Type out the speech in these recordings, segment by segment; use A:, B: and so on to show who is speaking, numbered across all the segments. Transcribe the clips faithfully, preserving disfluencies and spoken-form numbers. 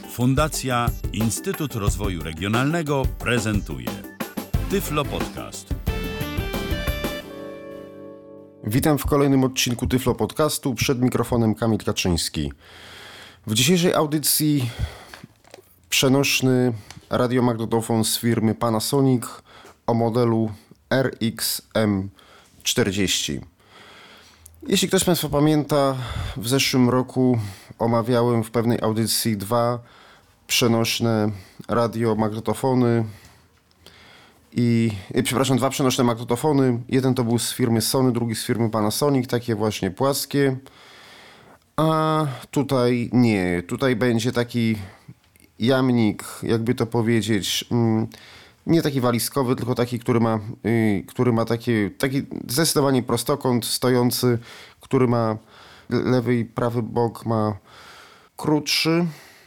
A: Fundacja Instytut Rozwoju Regionalnego prezentuje Tyflo Podcast.
B: Witam w kolejnym odcinku Tyflo Podcastu. Przed mikrofonem Kamil Kaczyński. W dzisiejszej audycji przenośny radiomagnetofon z firmy Panasonic o modelu R X M czterdzieści. Jeśli ktoś z Państwa pamięta, w zeszłym roku omawiałem w pewnej audycji dwa przenośne radiomagnetofony i, i przepraszam, dwa przenośne magnetofony. Jeden to był z firmy Sony, drugi z firmy Panasonic, takie właśnie płaskie. A tutaj nie, tutaj będzie taki jamnik, jakby to powiedzieć, mm, nie taki walizkowy, tylko taki, który ma, y, który ma taki, taki zdecydowanie prostokąt stojący, który ma lewy i prawy bok ma krótszy,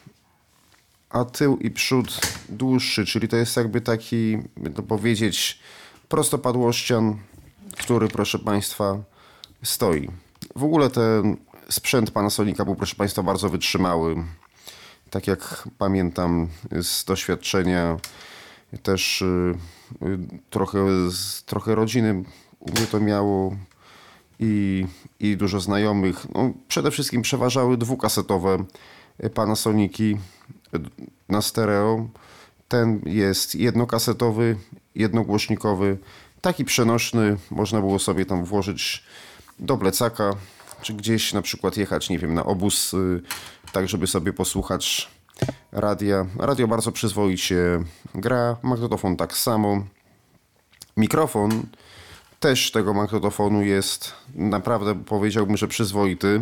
B: a tył i przód dłuższy, czyli to jest jakby taki, to powiedzieć, prostopadłościan, który, proszę Państwa, stoi. W ogóle ten sprzęt Panasonica był, proszę Państwa, bardzo wytrzymały. Tak jak pamiętam z doświadczenia też y, y, trochę, z, trochę rodziny u mnie to miało i, i dużo znajomych. No, przede wszystkim przeważały dwukasetowe Panasoniki na stereo. Ten jest jednokasetowy, jednogłośnikowy, taki przenośny, można było sobie tam włożyć do plecaka, czy gdzieś na przykład jechać, nie wiem, na obóz, y, tak żeby sobie posłuchać radia. Radio bardzo przyzwoicie gra, magnetofon tak samo. Mikrofon też tego magnetofonu jest naprawdę, powiedziałbym, że przyzwoity.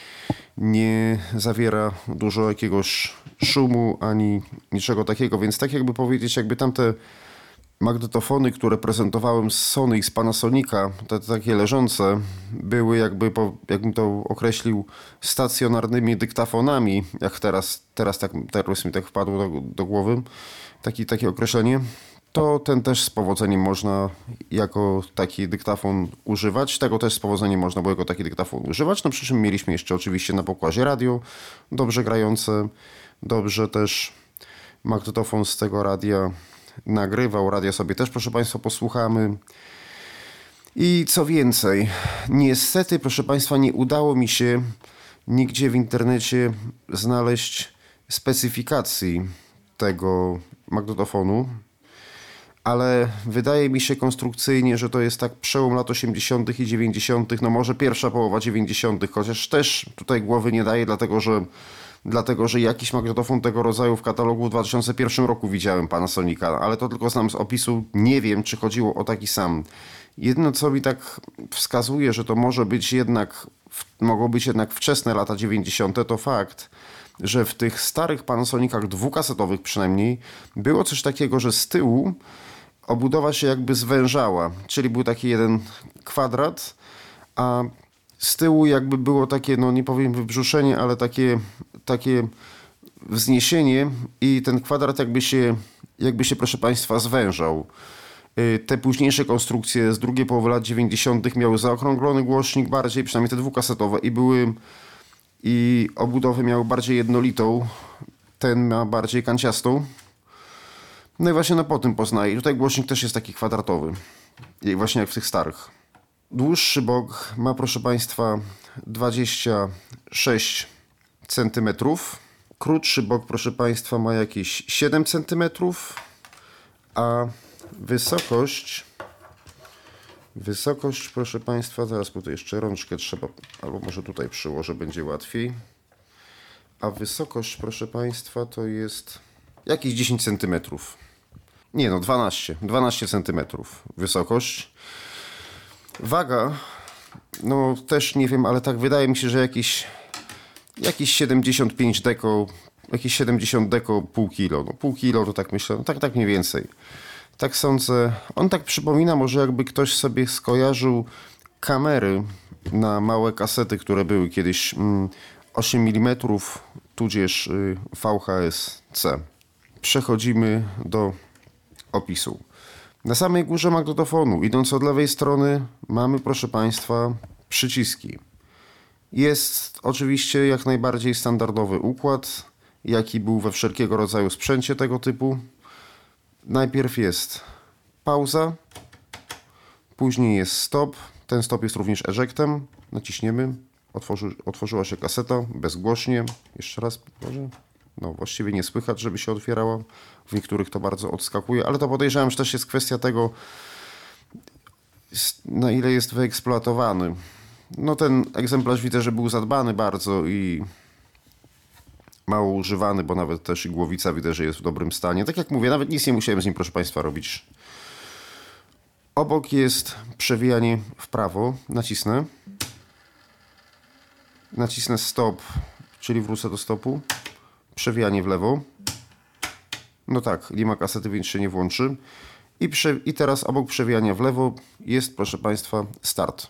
B: Nie zawiera dużo jakiegoś szumu ani niczego takiego, więc tak jakby powiedzieć, jakby tamte magnetofony, które prezentowałem z Sony i z Panasonica, te takie leżące, były jakby, jakbym to określił, stacjonarnymi dyktafonami, jak teraz, teraz, tak, teraz mi tak wpadło do, do głowy, taki, takie określenie, to ten też z powodzeniem można jako taki dyktafon używać. Tego też z powodzeniem można było jako taki dyktafon używać. No przy czym mieliśmy jeszcze oczywiście na pokładzie radio, dobrze grające, dobrze też magnetofon z tego radia nagrywał. Radia sobie też, proszę Państwa, posłuchamy. I co więcej, niestety, proszę Państwa, nie udało mi się nigdzie w internecie znaleźć specyfikacji tego magnetofonu, ale wydaje mi się konstrukcyjnie, że to jest tak przełom lat osiemdziesiątych i dziewięćdziesiątych, no może pierwsza połowa dziewięćdziesiątych, chociaż też tutaj głowy nie daje, dlatego że Dlatego, że jakiś magnetofon tego rodzaju w katalogu w dwa tysiące pierwszym roku widziałem Panasonica, ale to tylko znam z opisu. Nie wiem, czy chodziło o taki sam. Jedyne, co mi tak wskazuje, że to może być jednak, mogą być jednak wczesne lata dziewięćdziesiąte, to fakt, że w tych starych Panasonicach dwukasetowych przynajmniej było coś takiego, że z tyłu obudowa się jakby zwężała, czyli był taki jeden kwadrat, a z tyłu jakby było takie, no nie powiem wybrzuszenie, ale takie, takie wzniesienie i ten kwadrat jakby się, jakby się, proszę Państwa, zwężał. Te późniejsze konstrukcje z drugiej połowy lat dziewięćdziesiątych miały zaokrąglony głośnik bardziej, przynajmniej te dwukasetowe, i były i obudowy miały bardziej jednolitą. Ten ma bardziej kanciastą. No i właśnie no po tym poznaję. I tutaj głośnik też jest taki kwadratowy. I właśnie jak w tych starych. Dłuższy bok ma, proszę Państwa, dwadzieścia sześć centymetrów. Krótszy bok, proszę Państwa, ma jakieś siedem centymetrów. A wysokość, wysokość, proszę Państwa, zaraz tutaj jeszcze rączkę trzeba, albo może tutaj przyłożę, będzie łatwiej. A wysokość, proszę Państwa, to jest jakieś dziesięć centymetrów. Nie no, dwanaście, dwanaście centymetrów wysokość. Waga, no też nie wiem, ale tak wydaje mi się, że jakieś, jakieś siedemdziesiąt pięć deko, jakieś siedemdziesiąt deko, pół kilo. No pół kilo to tak myślę, no tak, tak mniej więcej. Tak sądzę. On tak przypomina, może jakby ktoś sobie skojarzył kamery na małe kasety, które były kiedyś mm, osiem milimetrów, tudzież y, V H S C. Przechodzimy do opisu. Na samej górze magnetofonu, idąc od lewej strony, mamy, proszę Państwa, przyciski. Jest oczywiście jak najbardziej standardowy układ. jaki był we wszelkiego rodzaju sprzęcie tego typu. Najpierw jest pauza, później jest stop. Ten stop jest również ejectem. Naciśniemy. Otworzy, otworzyła się kaseta bezgłośnie. Jeszcze raz może. No właściwie nie słychać, żeby się otwierała. W niektórych to bardzo odskakuje, ale to podejrzewam, że też jest kwestia tego, na ile jest wyeksploatowany. No ten egzemplarz widzę, że był zadbany bardzo i mało używany, bo nawet też i głowica widzę, że jest w dobrym stanie. Tak jak mówię, nawet nic nie musiałem z nim, proszę Państwa, robić. Obok jest przewijanie w prawo. Nacisnę. Nacisnę stop, czyli wrócę do stopu. Przewijanie w lewo. No tak, nie ma kasety, więc się nie włączy. I, prze... I teraz obok przewijania w lewo jest, proszę Państwa, start.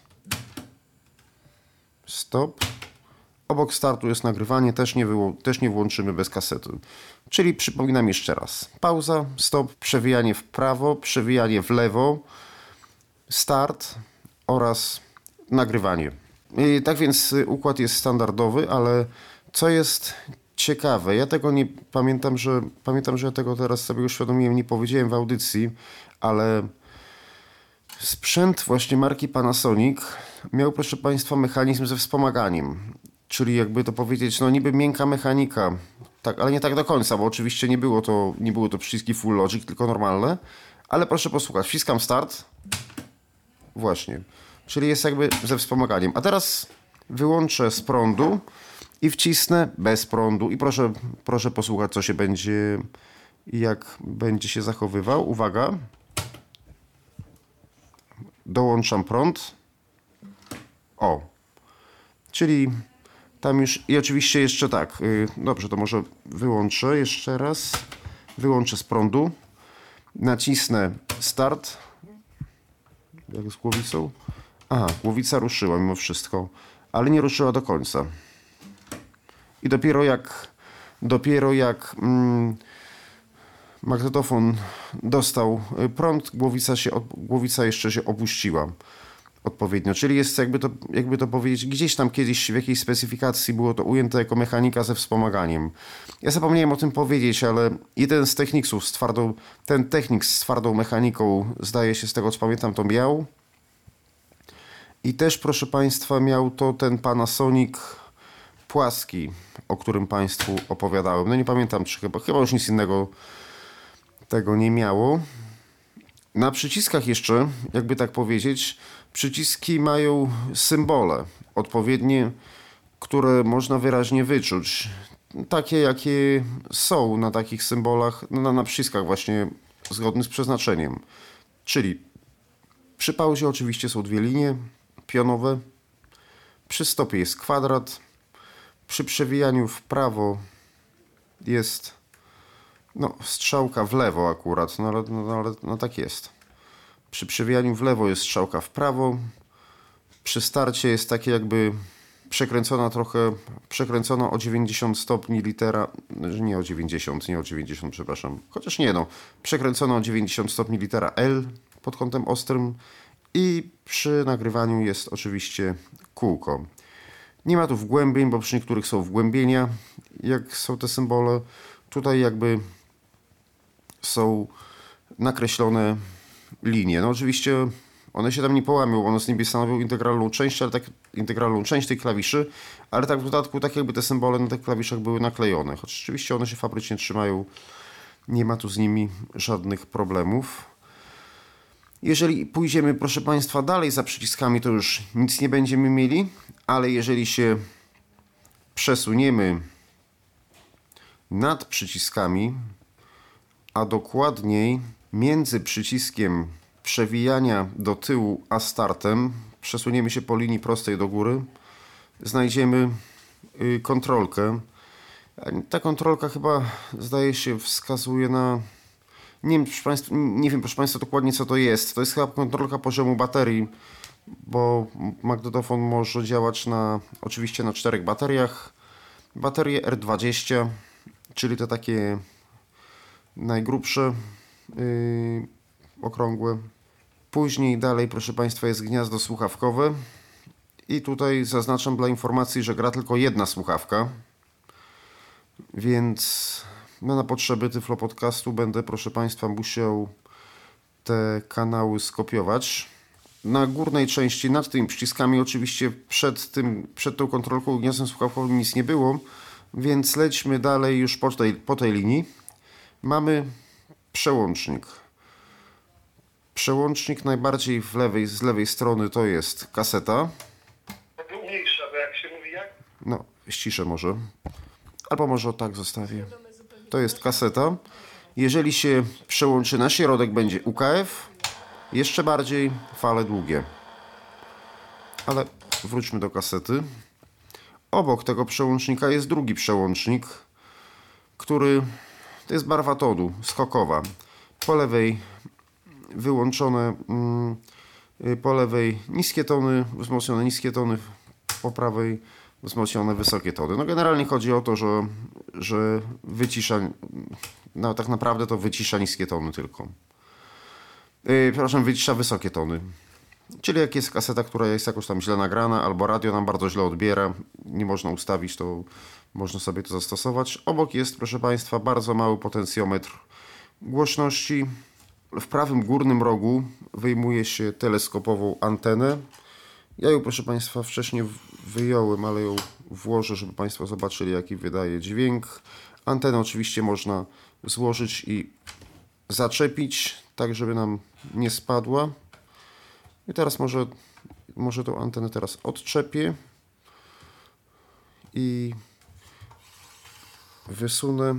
B: Stop. Obok startu jest nagrywanie, też nie, wyło... też nie włączymy bez kasety. Czyli przypominam jeszcze raz. Pauza, stop, przewijanie w prawo, przewijanie w lewo, start oraz nagrywanie. I tak więc układ jest standardowy, ale co jest ciekawe, ja tego nie pamiętam, że pamiętam, że ja tego teraz sobie uświadomiłem, nie powiedziałem w audycji, ale sprzęt właśnie marki Panasonic miał, proszę Państwa, mechanizm ze wspomaganiem, czyli jakby to powiedzieć, no niby miękka mechanika, tak, ale nie tak do końca, bo oczywiście nie było to, nie było to przyciski Full Logic, tylko normalne, ale proszę posłuchać, wciskam start, właśnie, czyli jest jakby ze wspomaganiem, a teraz wyłączę z prądu i wcisnę bez prądu i proszę, proszę posłuchać, co się będzie, jak będzie się zachowywał. Uwaga. Dołączam prąd. O. Czyli tam już, i oczywiście jeszcze tak, yy, dobrze, to może wyłączę jeszcze raz. Wyłączę z prądu. Nacisnę start. Jak z głowicą? Aha, głowica ruszyła mimo wszystko, ale nie ruszyła do końca. I dopiero jak, dopiero jak mm, magnetofon dostał prąd, głowica, się, głowica jeszcze się opuściła odpowiednio. Czyli jest, jakby to, jakby to powiedzieć, gdzieś tam kiedyś w jakiejś specyfikacji było to ujęte jako mechanika ze wspomaganiem. Ja zapomniałem o tym powiedzieć, ale jeden z Technicsów z twardą, ten Technics z twardą mechaniką, zdaje się z tego co pamiętam, to miał. I też, proszę Państwa, miał to ten Panasonic płaski, o którym Państwu opowiadałem. No nie pamiętam, czy chyba, chyba już nic innego tego nie miało. Na przyciskach jeszcze, jakby tak powiedzieć, przyciski mają symbole odpowiednie, które można wyraźnie wyczuć. Takie, jakie są na takich symbolach, na, na przyciskach właśnie zgodnych z przeznaczeniem. Czyli przy pauzie oczywiście są dwie linie pionowe, przy stopie jest kwadrat, przy przewijaniu w prawo jest no, strzałka w lewo akurat, no ale, no, ale no, tak jest. Przy przewijaniu w lewo jest strzałka w prawo. Przy starcie jest takie jakby przekręcona trochę, przekręcona o dziewięćdziesiąt stopni litera, nie o dziewięćdziesiąt, nie o dziewięćdziesiąt, przepraszam. Chociaż nie no, przekręcona o dziewięćdziesiąt stopni litera L pod kątem ostrym i przy nagrywaniu jest oczywiście kółko. Nie ma tu wgłębień, bo przy niektórych są wgłębienia, jak są te symbole. Tutaj jakby są nakreślone linie. No oczywiście one się tam nie połamią, one niby stanowią integralną część, ale tak integralną część tej klawiszy, ale tak w dodatku tak jakby te symbole na tych klawiszach były naklejone. Choć oczywiście one się fabrycznie trzymają, nie ma tu z nimi żadnych problemów. Jeżeli pójdziemy, proszę Państwa, dalej za przyciskami, to już nic nie będziemy mieli, ale jeżeli się przesuniemy nad przyciskami, a dokładniej między przyciskiem przewijania do tyłu a startem, przesuniemy się po linii prostej do góry, znajdziemy kontrolkę. Ta kontrolka chyba, zdaje się, wskazuje na... Nie wiem, proszę Państwa, nie wiem, proszę Państwa, dokładnie co to jest. To jest chyba kontrolka poziomu baterii, bo magnetofon może działać na, oczywiście na czterech bateriach. Baterie R dwadzieścia, czyli te takie najgrubsze, yy, okrągłe. Później dalej, proszę Państwa, jest gniazdo słuchawkowe. I tutaj zaznaczam dla informacji, że gra tylko jedna słuchawka. Więc no, na potrzeby Tyflo Podcastu będę, proszę Państwa, musiał te kanały skopiować. Na górnej części, nad tymi przyciskami oczywiście przed tym, przed tą kontrolką gniazdem słuchawkowym nic nie było, więc lećmy dalej już po tej, po tej linii. Mamy przełącznik. Przełącznik najbardziej w lewej, z lewej strony to jest kaseta.
C: Mogę umniejsza, bo jak się mówi jak?
B: No, ściszę może. Albo może tak zostawię. To jest kaseta. Jeżeli się przełączy na środek, będzie U K F. Jeszcze bardziej fale długie. Ale wróćmy do kasety. Obok tego przełącznika jest drugi przełącznik, który to jest barwa todu, skokowa. Po lewej wyłączone, po lewej niskie tony, wzmocnione niskie tony, po prawej wzmocnione wysokie tony. No generalnie chodzi o to, że, że wycisza, no tak naprawdę to wycisza niskie tony tylko. Yy, przepraszam, wycisza wysokie tony. Czyli jak jest kaseta, która jest jakoś tam źle nagrana, albo radio nam bardzo źle odbiera, nie można ustawić, to można sobie to zastosować. Obok jest, proszę Państwa, bardzo mały potencjometr głośności. W prawym górnym rogu wyjmuje się teleskopową antenę. Ja ją, proszę Państwa, wcześniej wyjąłem, ale ją włożę, żeby Państwo zobaczyli, jaki wydaje dźwięk. Antenę oczywiście można złożyć i zaczepić, tak żeby nam nie spadła. I teraz może, może tą antenę teraz odczepię i wysunę.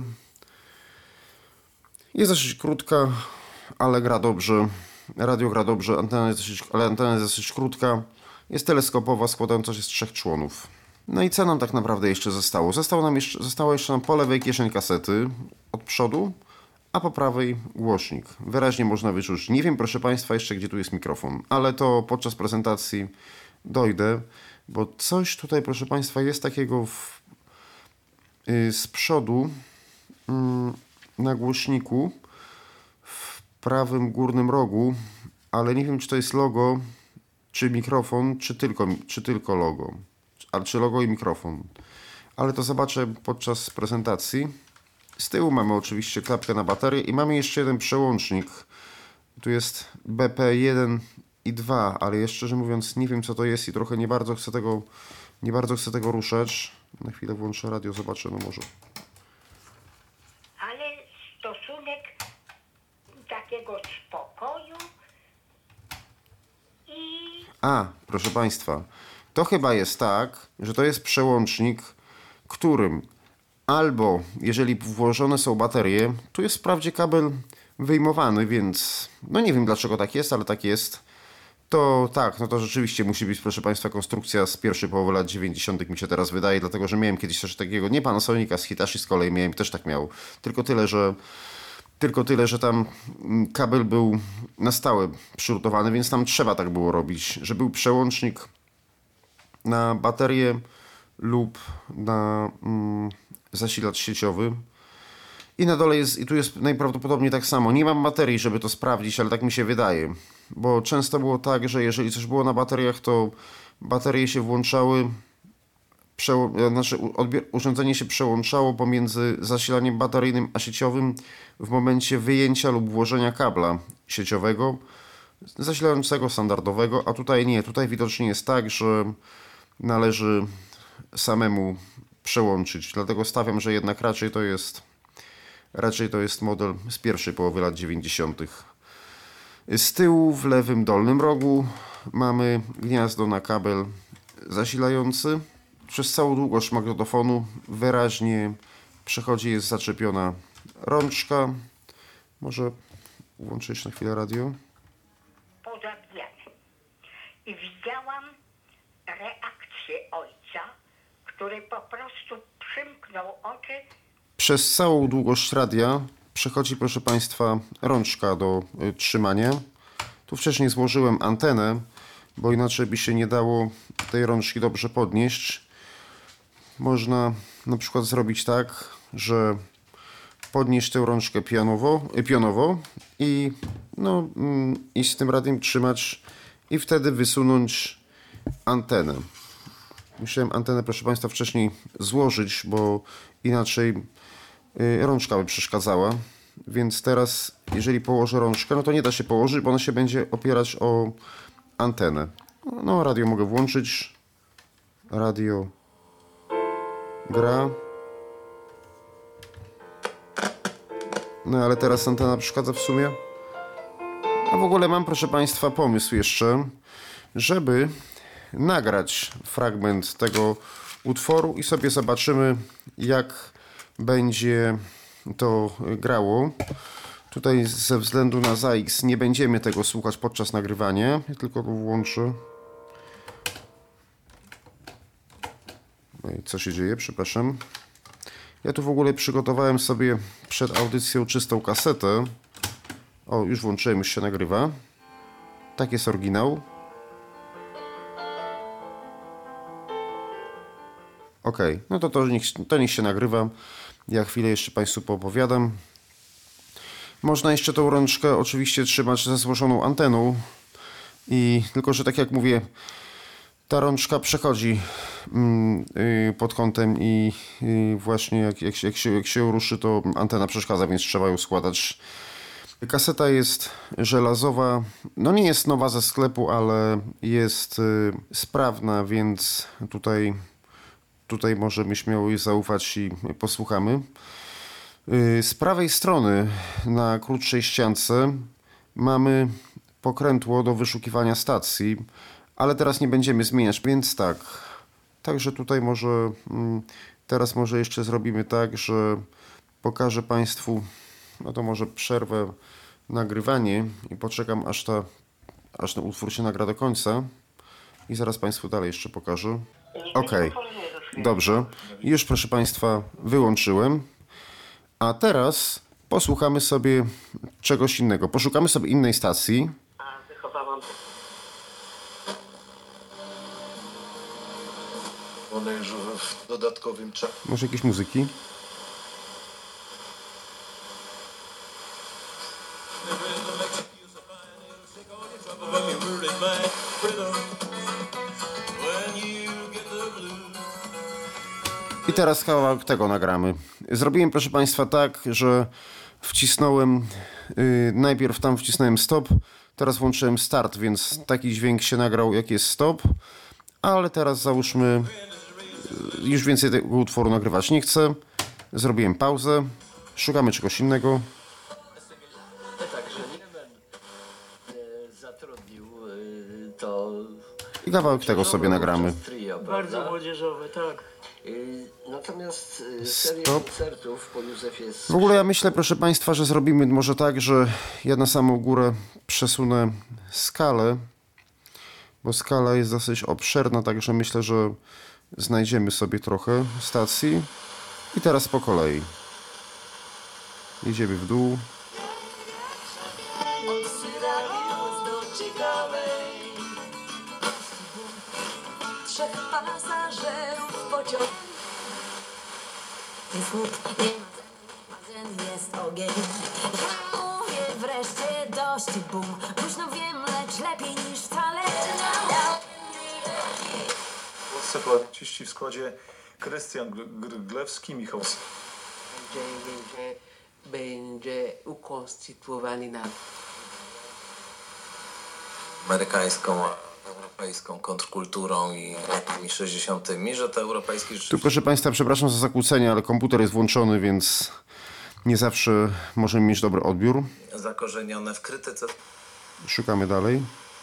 B: Jest dosyć krótka, ale gra dobrze. Radio gra dobrze, antena jest dosyć, ale antena jest dosyć krótka. Jest teleskopowa, składająca się z trzech członów. No i co nam tak naprawdę jeszcze zostało? Zostało nam jeszcze, zostało jeszcze nam po lewej kieszeń kasety od przodu, a po prawej głośnik. Wyraźnie można wyczuć. Nie wiem, proszę Państwa, jeszcze gdzie tu jest mikrofon, ale to podczas prezentacji dojdę, bo coś tutaj, proszę Państwa, jest takiego w, yy, z przodu yy, na głośniku w prawym górnym rogu, ale nie wiem, czy to jest logo, czy mikrofon, czy tylko, czy tylko logo. Ale czy logo i mikrofon. Ale to zobaczę podczas prezentacji. Z tyłu mamy oczywiście klapkę na baterię i mamy jeszcze jeden przełącznik. Tu jest B P jeden i dwa, ale jeszcze, szczerze mówiąc, nie wiem, co to jest i trochę nie bardzo chcę tego, nie bardzo chcę tego ruszać. Na chwilę włączę radio, zobaczę, no może.
D: Ale stosunek takiego spokoju i...
B: A, proszę Państwa, to chyba jest tak, że to jest przełącznik, którym albo, jeżeli włożone są baterie, tu jest wprawdzie kabel wyjmowany, więc no nie wiem dlaczego tak jest, ale tak jest. To tak, no to rzeczywiście musi być, proszę Państwa, konstrukcja z pierwszej połowy lat dziewięćdziesiątych mi się teraz wydaje, dlatego że miałem kiedyś też takiego, nie Panasonica, z Hitachi z kolei miałem, też tak miał. Tylko tyle, że tylko tyle, że tam kabel był na stałe przyrutowany, więc tam trzeba tak było robić, że był przełącznik na baterię lub na mm, zasilacz sieciowy. I na dole jest, i tu jest najprawdopodobniej tak samo. Nie mam baterii, żeby to sprawdzić, ale tak mi się wydaje. Bo często było tak, że jeżeli coś było na bateriach, to baterie się włączały, przeło- znaczy odbier- urządzenie się przełączało pomiędzy zasilaniem bateryjnym a sieciowym w momencie wyjęcia lub włożenia kabla sieciowego, zasilającego standardowego, a tutaj nie. Tutaj widocznie jest tak, że należy samemu przełączyć. Dlatego stawiam, że jednak raczej to jest raczej to jest model z pierwszej połowy lat dziewięćdziesiątych. Z tyłu w lewym dolnym rogu mamy gniazdo na kabel zasilający. Przez całą długość magnetofonu wyraźnie przechodzi, jest zaczepiona rączka. Może włączę jeszcze na chwilę radio.
D: pozabijane. I widziałam reakcję ojca, który po prostu przymknął oczy.
B: Przez całą długość radia przechodzi, proszę Państwa, rączka do y, trzymania. Tu wcześniej złożyłem antenę, bo inaczej by się nie dało tej rączki dobrze podnieść. Można na przykład zrobić tak, że podnieść tę rączkę pionowo, y, pionowo i, no, mm, i z tym radiem trzymać i wtedy wysunąć antenę. Musiałem antenę, proszę Państwa, wcześniej złożyć, bo inaczej yy, rączka by przeszkadzała. Więc teraz, jeżeli położę rączkę, no to nie da się położyć, bo ona się będzie opierać o antenę. No, radio mogę włączyć. Radio gra. No, ale teraz antena przeszkadza w sumie. A w ogóle mam, proszę Państwa, pomysł jeszcze, żeby nagrać fragment tego utworu i sobie zobaczymy, jak będzie to grało. Tutaj ze względu na Z A X nie będziemy tego słuchać podczas nagrywania. Ja tylko to włączę. No i co się dzieje? Przepraszam. Ja tu w ogóle przygotowałem sobie przed audycją czystą kasetę. O, już włączyłem, już się nagrywa. Tak jest oryginał. Ok, no to to niech, to niech się nagrywa. Ja chwilę jeszcze Państwu poopowiadam. Można jeszcze tą rączkę oczywiście trzymać ze złożoną anteną. I tylko, że tak jak mówię, ta rączka przechodzi mm, yy, pod kątem i yy, właśnie jak, jak, jak, się, jak się ruszy, to antena przeszkadza, więc trzeba ją składać. Kaseta jest żelazowa. No nie jest nowa ze sklepu, ale jest yy, sprawna, więc tutaj, tutaj możemy śmiało jej zaufać i posłuchamy. Yy, z prawej strony na krótszej ściance mamy pokrętło do wyszukiwania stacji, ale teraz nie będziemy zmieniać, więc tak. Także tutaj może, teraz może jeszcze zrobimy tak, że pokażę Państwu, no to może przerwę nagrywanie i poczekam, aż, ta, aż ten utwór się nagra do końca i zaraz Państwu dalej jeszcze pokażę. Ok, dobrze. Już, proszę Państwa, wyłączyłem. A teraz posłuchamy sobie czegoś innego. Poszukamy sobie innej stacji.
D: A wychowałam.
E: One już w dodatkowym czasie.
B: Może jakieś muzyki? I teraz kawałek tego nagramy. Zrobiłem, proszę Państwa, tak, że wcisnąłem, yy, najpierw tam wcisnąłem stop, teraz włączyłem start, więc taki dźwięk się nagrał, jak jest stop, ale teraz załóżmy, yy, już więcej tego utworu nagrywać nie chcę. Zrobiłem pauzę, szukamy czegoś innego.
F: Także Niemen zatrudnił to...
B: I kawałek tego sobie nagramy.
F: Trio,
G: Bardzo młodzieżowe, tak.
F: Natomiast serię
B: Stop.
F: koncertów po Józefie jest...
B: W ogóle ja myślę, proszę Państwa, że zrobimy może tak, że ja na samą górę przesunę skalę, bo skala jest dosyć obszerna, także myślę, że znajdziemy sobie trochę stacji. I teraz po kolei. Jedziemy w dół.
H: Trzech pasażerów pociąg. Jest łód, nie ma zen, jest ogień. Mówię wreszcie dość, bum. Głośno wiem, lecz lepiej niż wcale.
E: W Polsce platyści w składzie Krystian Glewski, Michał
I: Będzie, będzie ukonstytuowany na
J: amerykańską, europejską kontrkulturą i latami sześćdziesiątymi, że te europejskie
B: Tu,
J: rzeczywiście
B: proszę Państwa, przepraszam za zakłócenie, ale komputer jest włączony, więc nie zawsze możemy mieć dobry odbiór.
J: zakorzenione w krytyce.
B: Szukamy dalej.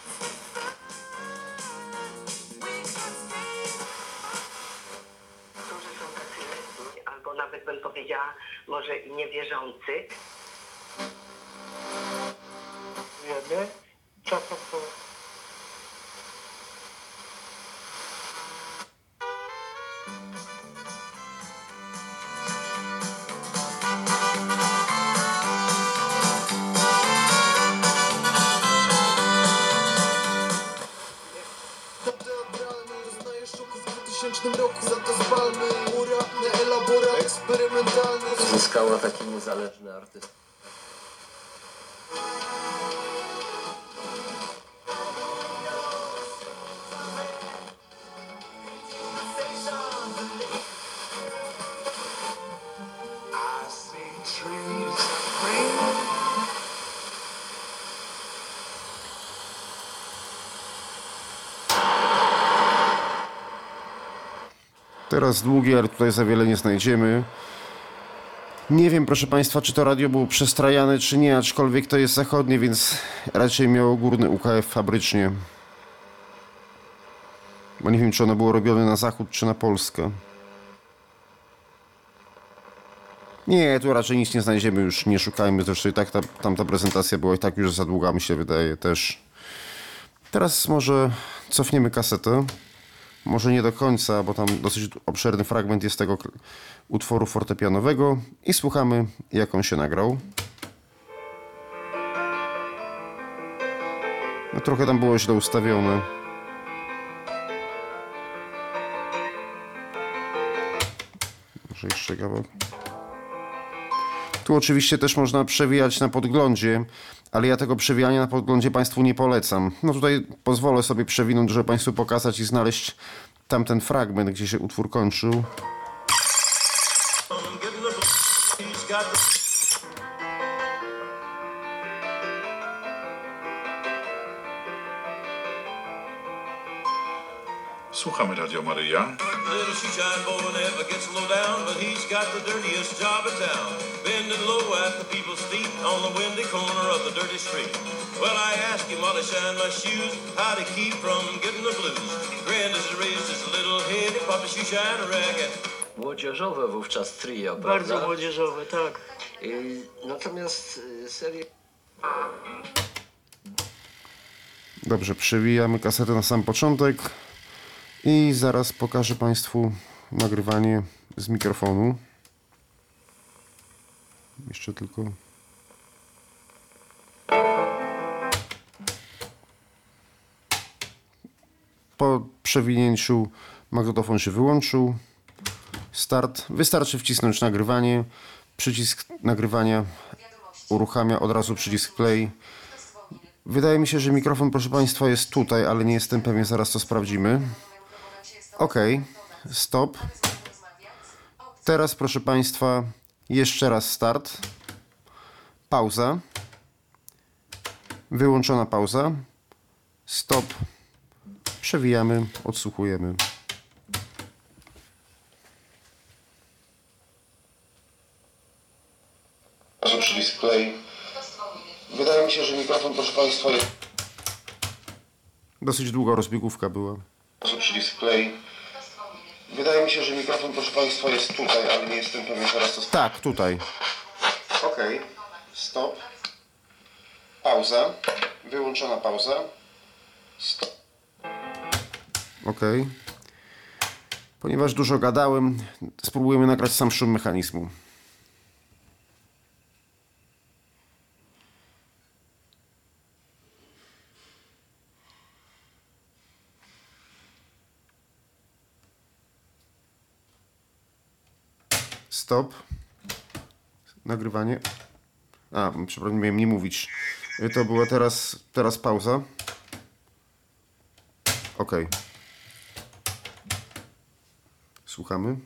D: Którzy są tacy, albo nawet bym powiedziała, może i niewierzący.
C: Wiemy, czasem to
E: roku, za to spalmy, uratny elaborat eksperymentalny.
F: Zyskała taki niezależny artysta.
B: Teraz długie, ale tutaj za wiele nie znajdziemy. Nie wiem, proszę Państwa, czy to radio było przestrajane, czy nie, aczkolwiek to jest zachodnie, więc raczej miało górny U K F fabrycznie. Bo nie wiem, czy ono było robione na zachód, czy na Polskę. Nie, tu raczej nic nie znajdziemy, już nie szukajmy. Zresztą i tak ta, tamta prezentacja była i tak już za długa, mi się wydaje też. Teraz może cofniemy kasetę. Może nie do końca, bo tam dosyć obszerny fragment jest tego utworu fortepianowego i słuchamy, jak on się nagrał. No, trochę tam było źle ustawione. Może jeszcze kawałek. Tu oczywiście też można przewijać na podglądzie, ale ja tego przewijania na podglądzie Państwu nie polecam. No tutaj pozwolę sobie przewinąć, żeby Państwu pokazać i znaleźć tamten fragment, gdzie się utwór kończył.
G: Słuchamy Radio Maryja. Little shoeshine boy never gets low down, but he's got the dirtiest job in town. Bending low at the people's feet on the windy corner of the dirty street. Well, I asked him while I shined my shoes how to keep from getting the blues. Grinned as he raised his little head, he popped a shoeshine rag.
F: Młodzieżowe wówczas trio, prawda?
C: Bardzo młodzieżowe, tak.
F: Y, natomiast y, serię...
B: Dobrze, przewijamy kasetę na sam początek i zaraz pokażę Państwu nagrywanie z mikrofonu. Jeszcze tylko... Po przewinięciu magnetofon się wyłączył. Start. Wystarczy wcisnąć nagrywanie. Przycisk nagrywania uruchamia od razu przycisk play. Wydaje mi się, że mikrofon, proszę Państwa, jest tutaj, ale nie jestem pewien, zaraz to sprawdzimy. Ok, stop. Teraz, proszę Państwa, jeszcze raz start. Pauza. Wyłączona pauza. Stop. Przewijamy, odsłuchujemy. Przycisk play. Wydaje mi się, że mikrofon, proszę Państwa, jest... Dosyć długa rozbiegówka była. Przycisk play. Wydaje mi się, że mikrofon, proszę Państwa, jest tutaj, ale nie jestem pewien, zaraz to... Tak, tutaj. Ok. Stop. Pauza. Wyłączona pauza. Stop. Ok. Ponieważ dużo gadałem, spróbujemy nagrać sam szum mechanizmu. Stop. Nagrywanie. A, przepraszam, miałem nie mówić. To była teraz, teraz pauza. Ok. Słuchamy.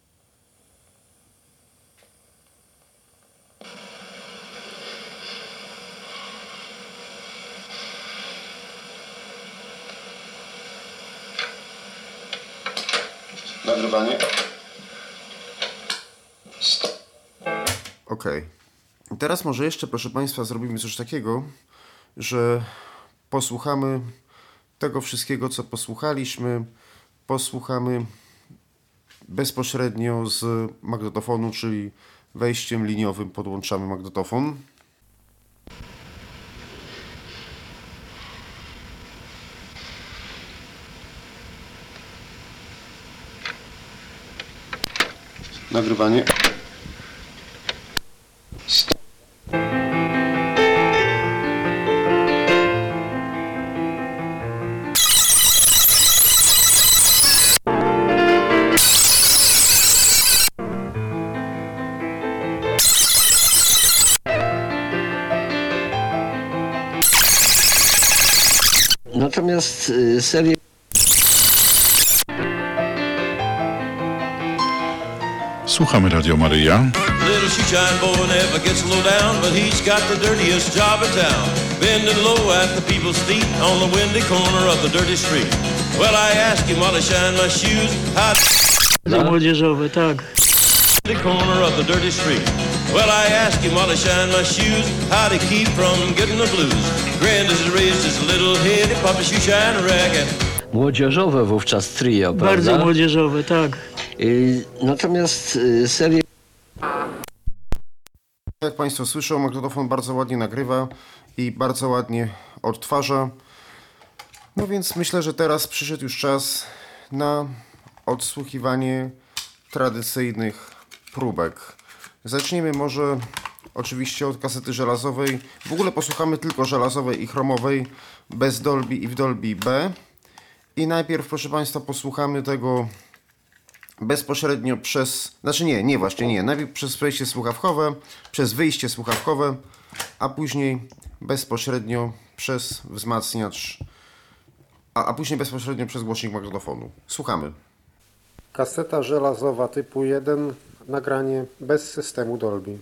B: Nagrywanie. Ok. Teraz może jeszcze, proszę Państwa, zrobimy coś takiego, że posłuchamy tego wszystkiego, co posłuchaliśmy. Posłuchamy bezpośrednio z magnetofonu, czyli wejściem liniowym podłączamy magnetofon. Nagrywanie.
F: Natomiast y, serię...
A: Słuchamy Radio Maryja.
G: Little shoeshine boy never gets low down, but he's got the dirtiest job in town. Bending low at the people's feet on the windy corner of the dirty street. Well, I asked him while I shine my shoes, how...
K: Radio młodzieżowe, tak.
G: The corner of the dirty street. Well, I asked him while I shine my shoes how to keep from getting the blues. Grand as he raised his little head, he popped a shoeshine rag.
F: Młodzieżowe wówczas trio, prawda?
K: Bardzo młodzieżowe, tak.
F: Y, natomiast y, serię...
B: Jak Państwo słyszą, magnetofon bardzo ładnie nagrywa i bardzo ładnie odtwarza. No więc myślę, że teraz przyszedł już czas na odsłuchiwanie tradycyjnych próbek. Zaczniemy może oczywiście od kasety żelazowej. W ogóle posłuchamy tylko żelazowej i chromowej, bez Dolby i w Dolby B. I najpierw, proszę Państwa, posłuchamy tego bezpośrednio przez... Znaczy nie, nie właśnie nie. Najpierw przez wejście słuchawkowe, przez wyjście słuchawkowe, a później bezpośrednio przez wzmacniacz, a, a później bezpośrednio przez głośnik magnetofonu. Słuchamy. Kaseta żelazowa typu jeden, nagranie bez systemu Dolby.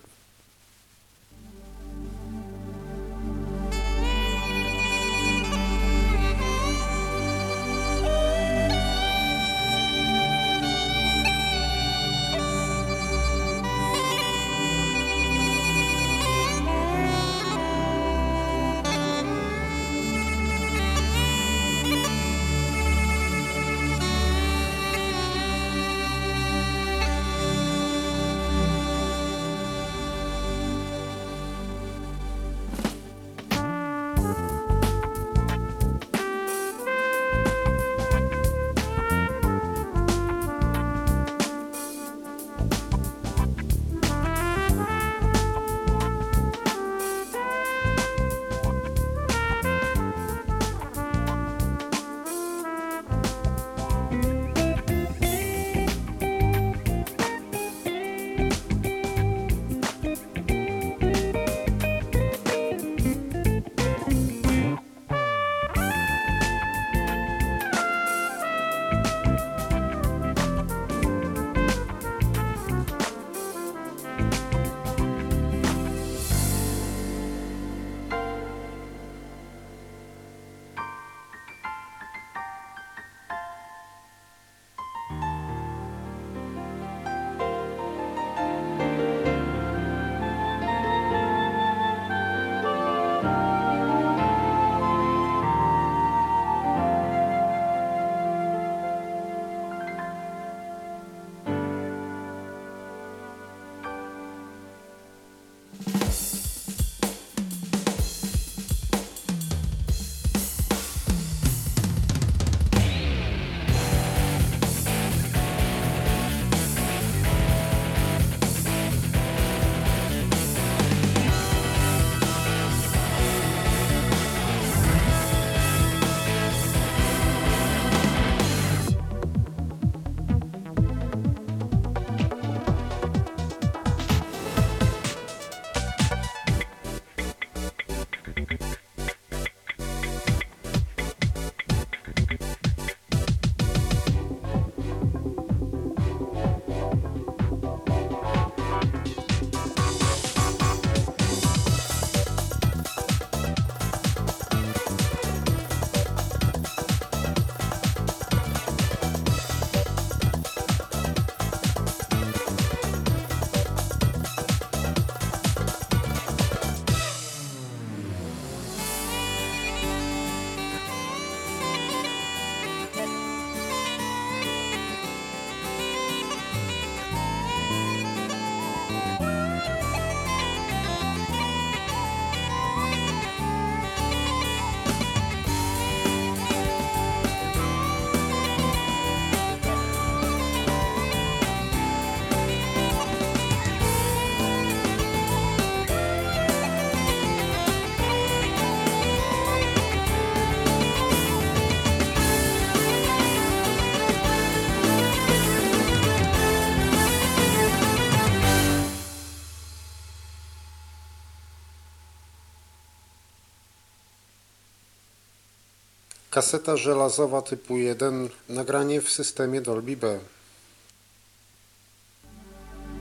B: Kaseta żelazowa typu jeden, nagranie w systemie Dolby B.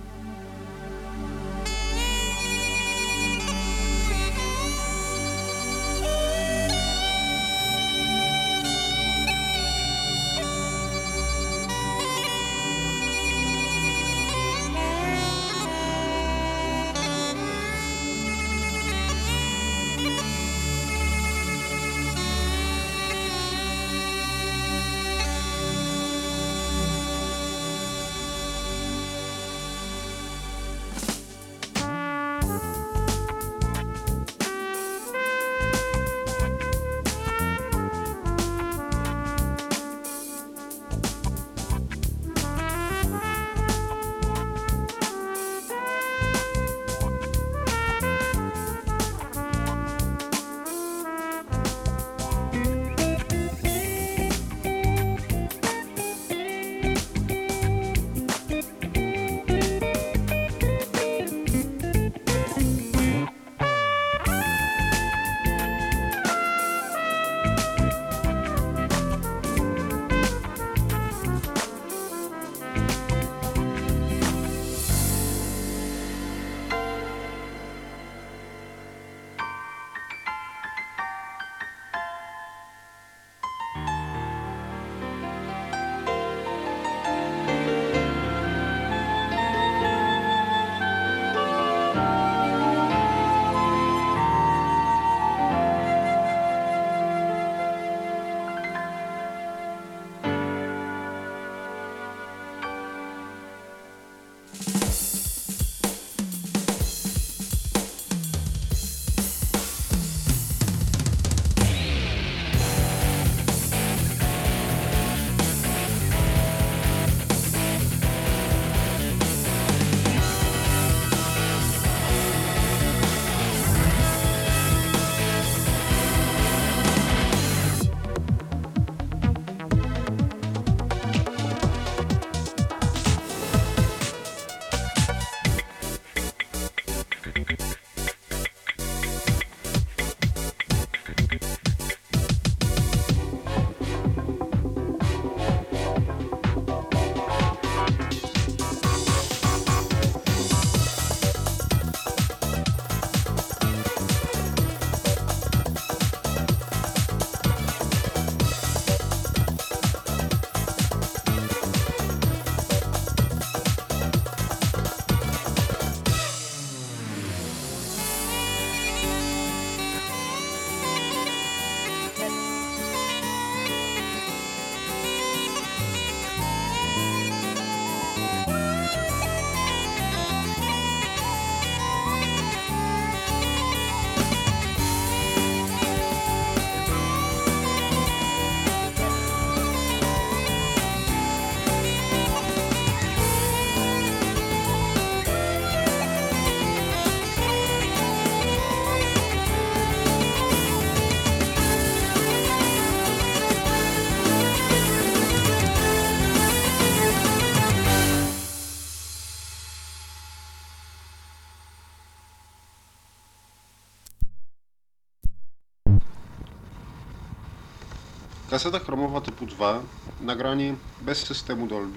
B: Kaseta chromowa typu dwa, nagranie bez systemu Dolby.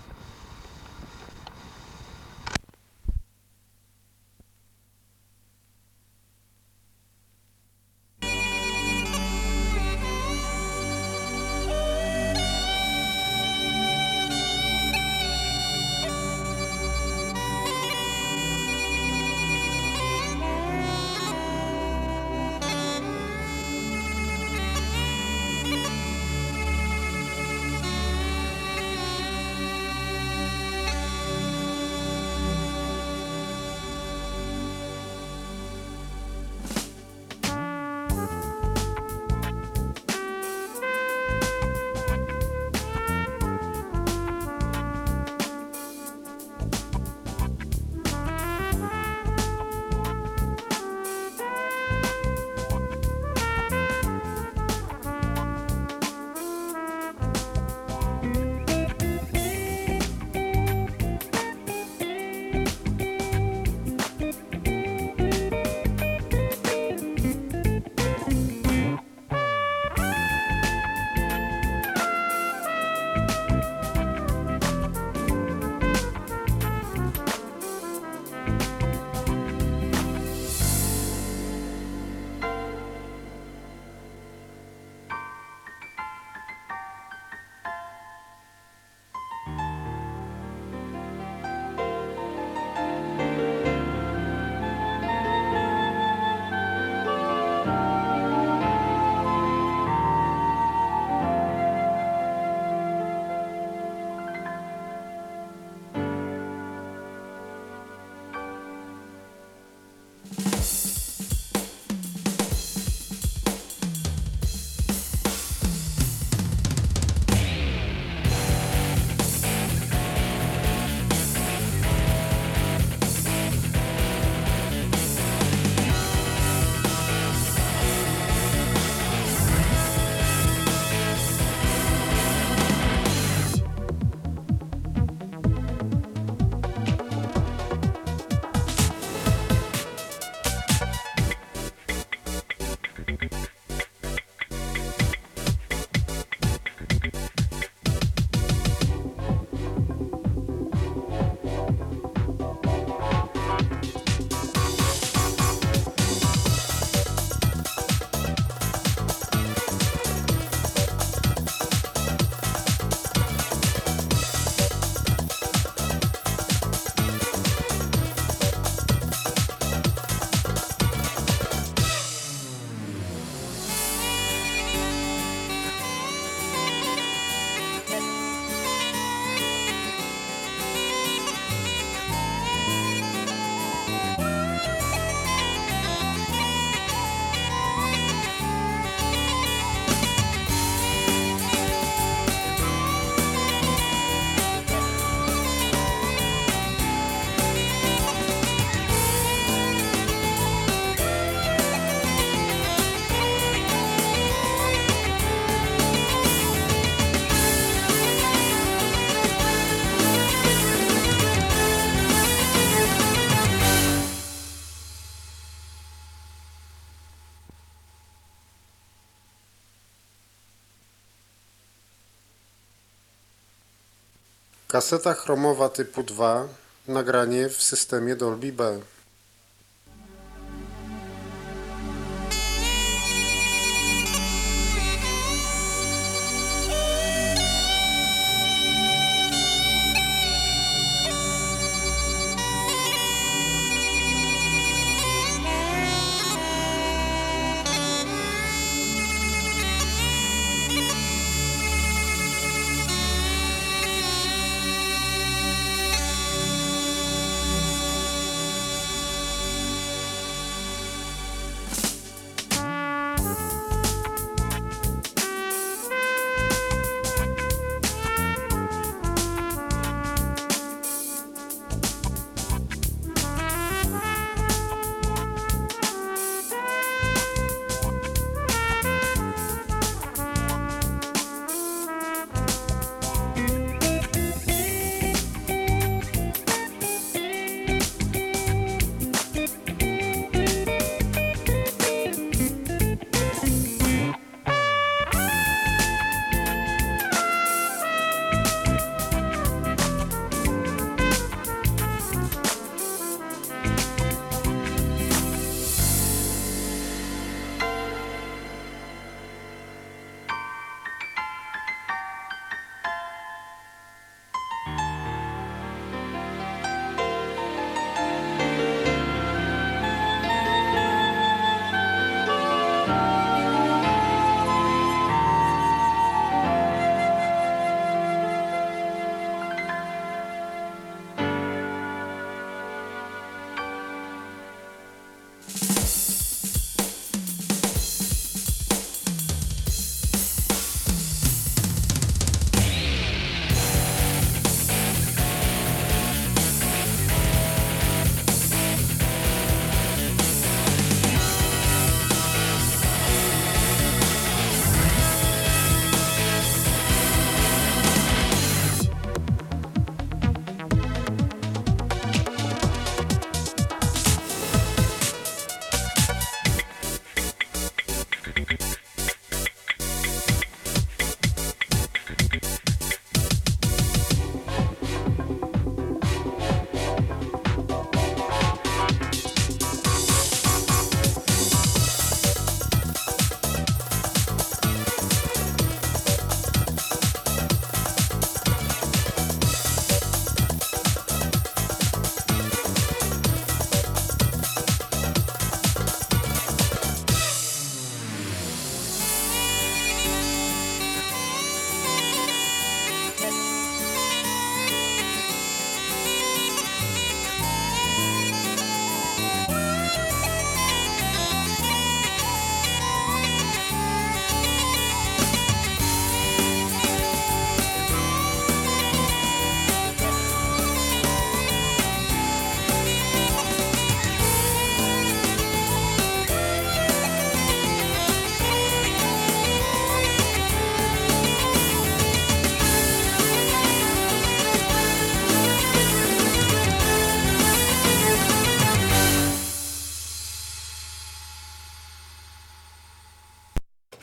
B: Kaseta chromowa typu dwa, nagranie w systemie Dolby B.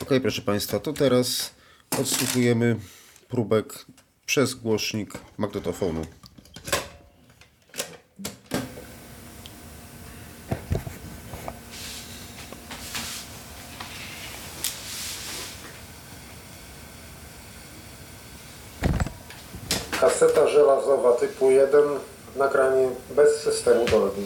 B: Ok, proszę Państwa, to teraz odsłuchujemy próbek przez głośnik magnetofonu. Kaseta żelazowa typu jeden, nagranie bez systemu Dolby.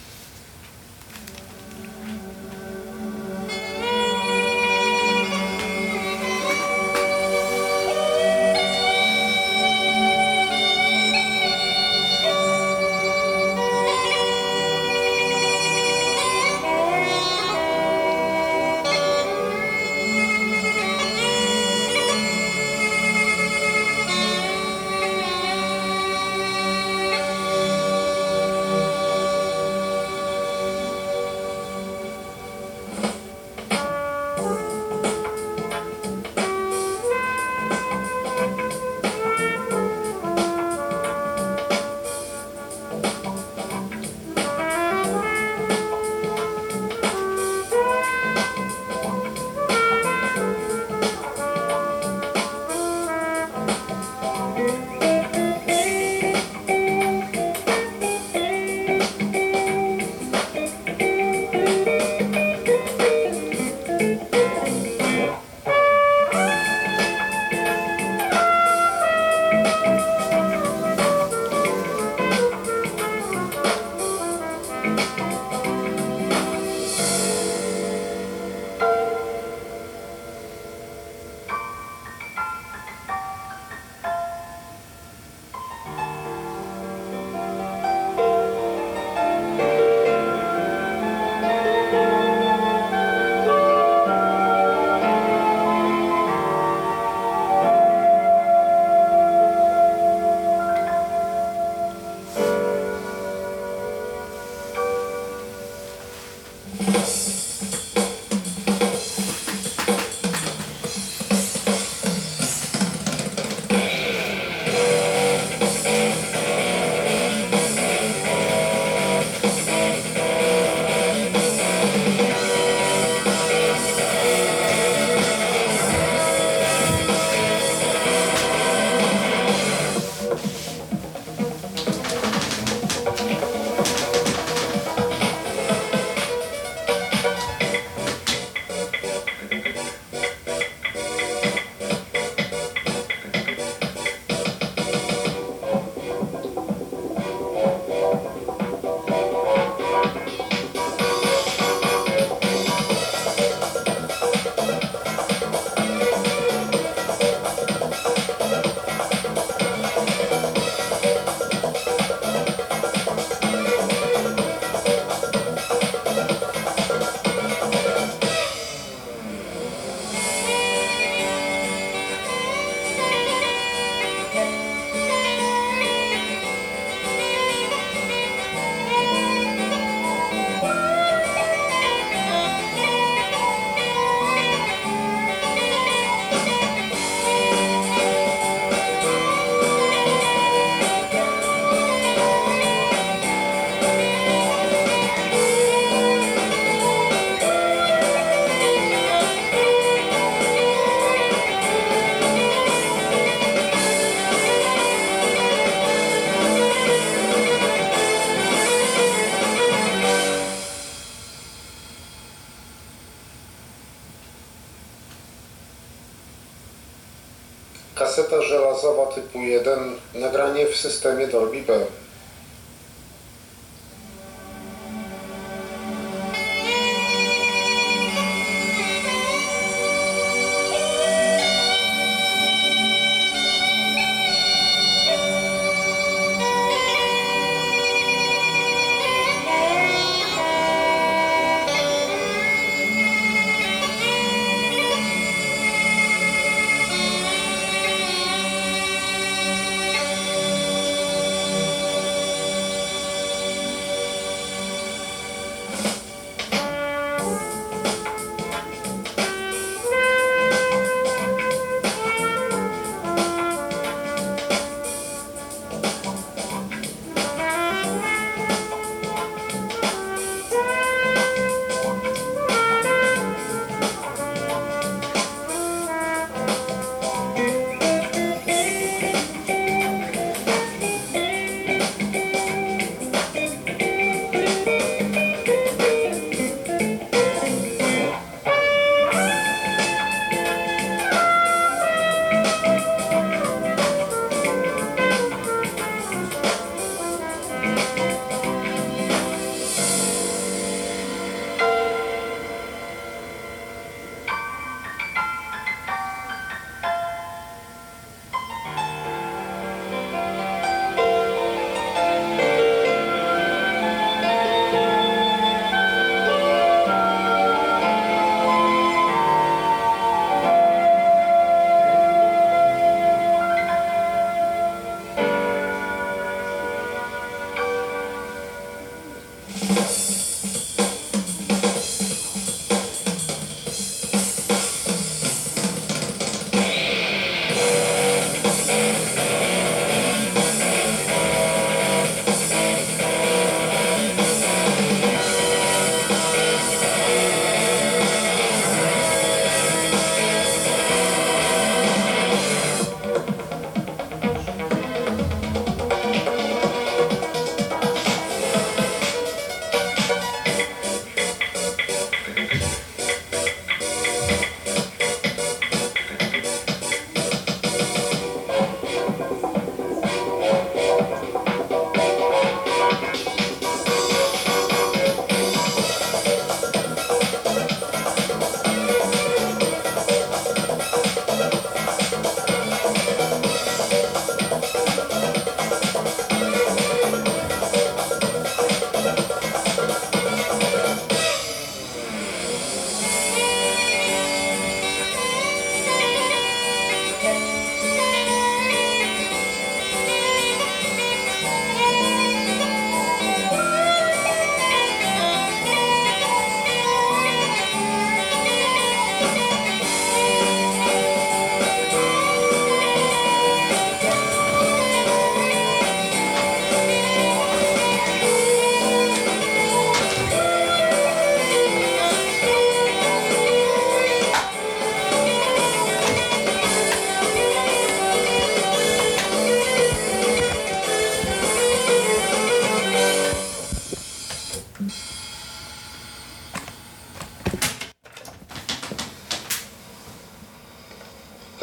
B: Kaseta żelazowa typu jeden, nagranie w systemie Dolby B.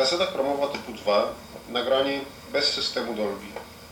B: Kaseta chromowa typu dwa, nagranie bez systemu Dolby.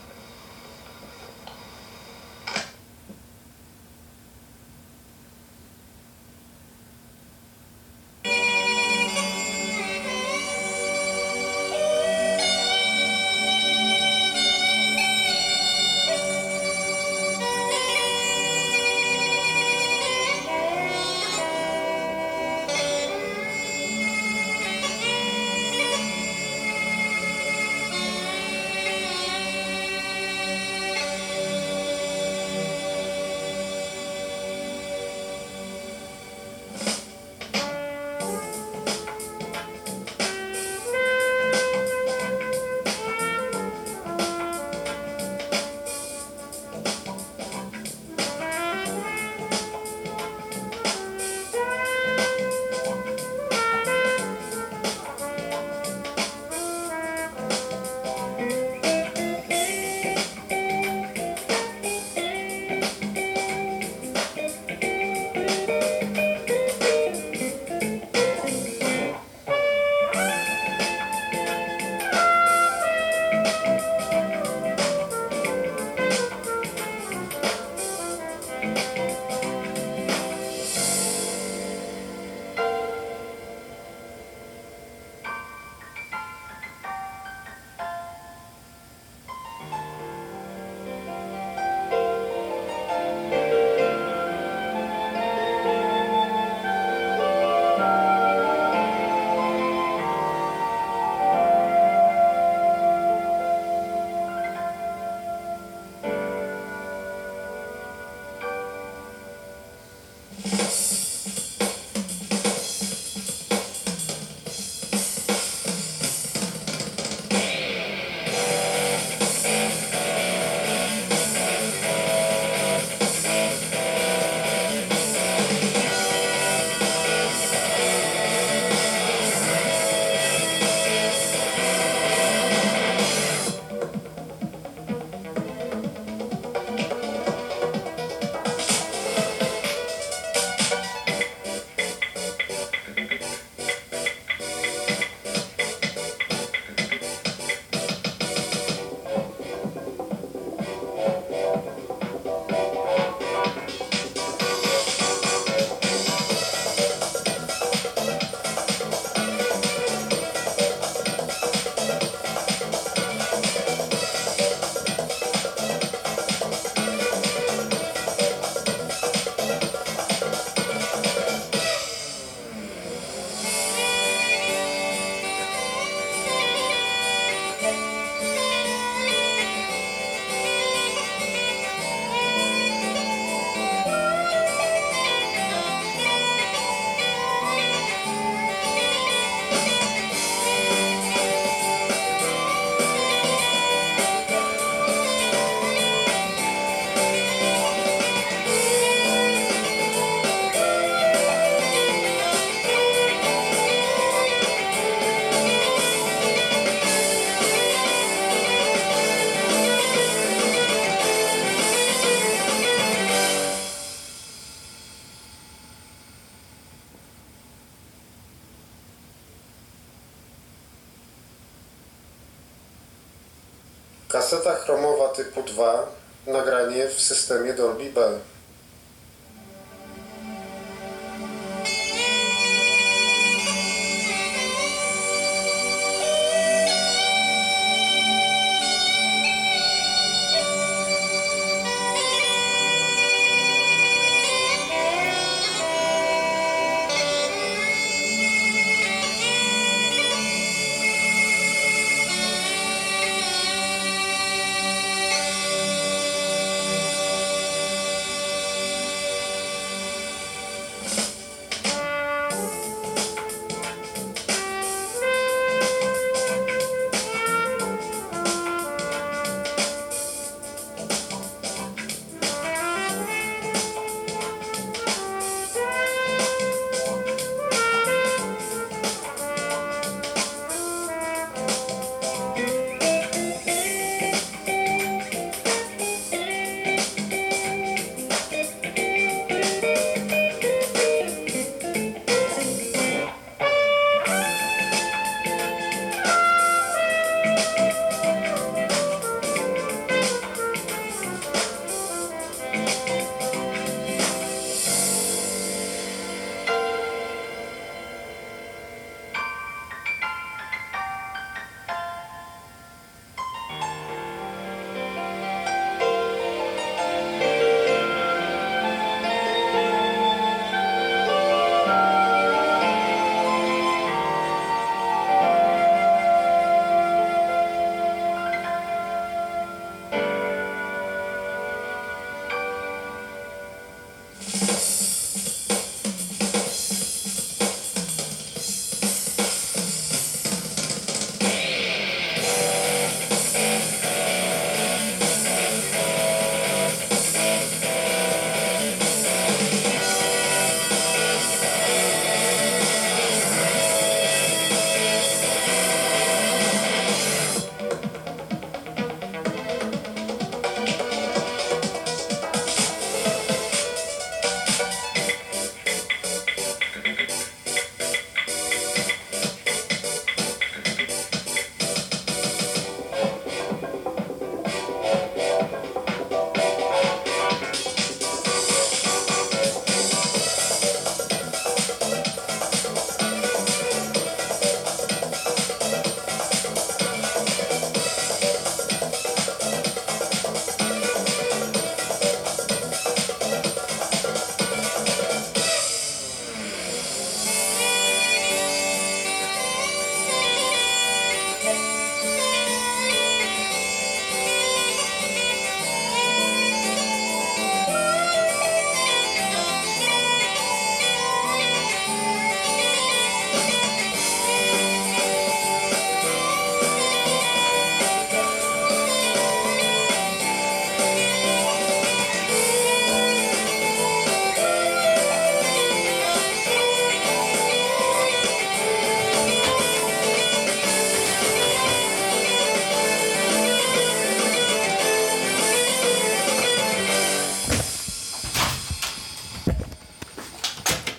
B: Kaseta chromowa typu dwa, nagranie w systemie Dolby B.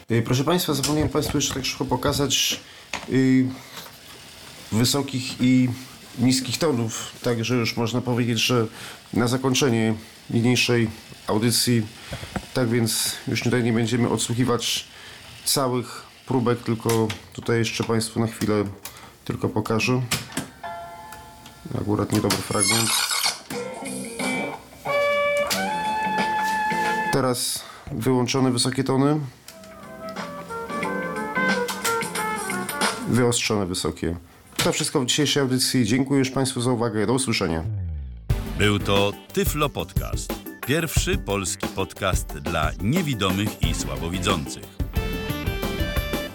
B: Y, Proszę Państwa, zapomniałem Państwu jeszcze tak szybko pokazać y, wysokich i niskich tonów, także już można powiedzieć, że na zakończenie niniejszej audycji, tak więc już tutaj nie będziemy odsłuchiwać całych próbek, tylko tutaj jeszcze Państwu na chwilę tylko pokażę. Akurat niedobry fragment. Teraz wyłączone wysokie tony. Wyostrzone wysokie. To wszystko w dzisiejszej audycji. Dziękuję już Państwu za uwagę. Do usłyszenia.
A: Był to Tyflo Podcast. Pierwszy polski podcast dla niewidomych i słabowidzących.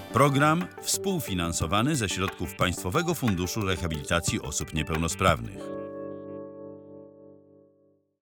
A: Program współfinansowany ze środków Państwowego Funduszu Rehabilitacji Osób Niepełnosprawnych.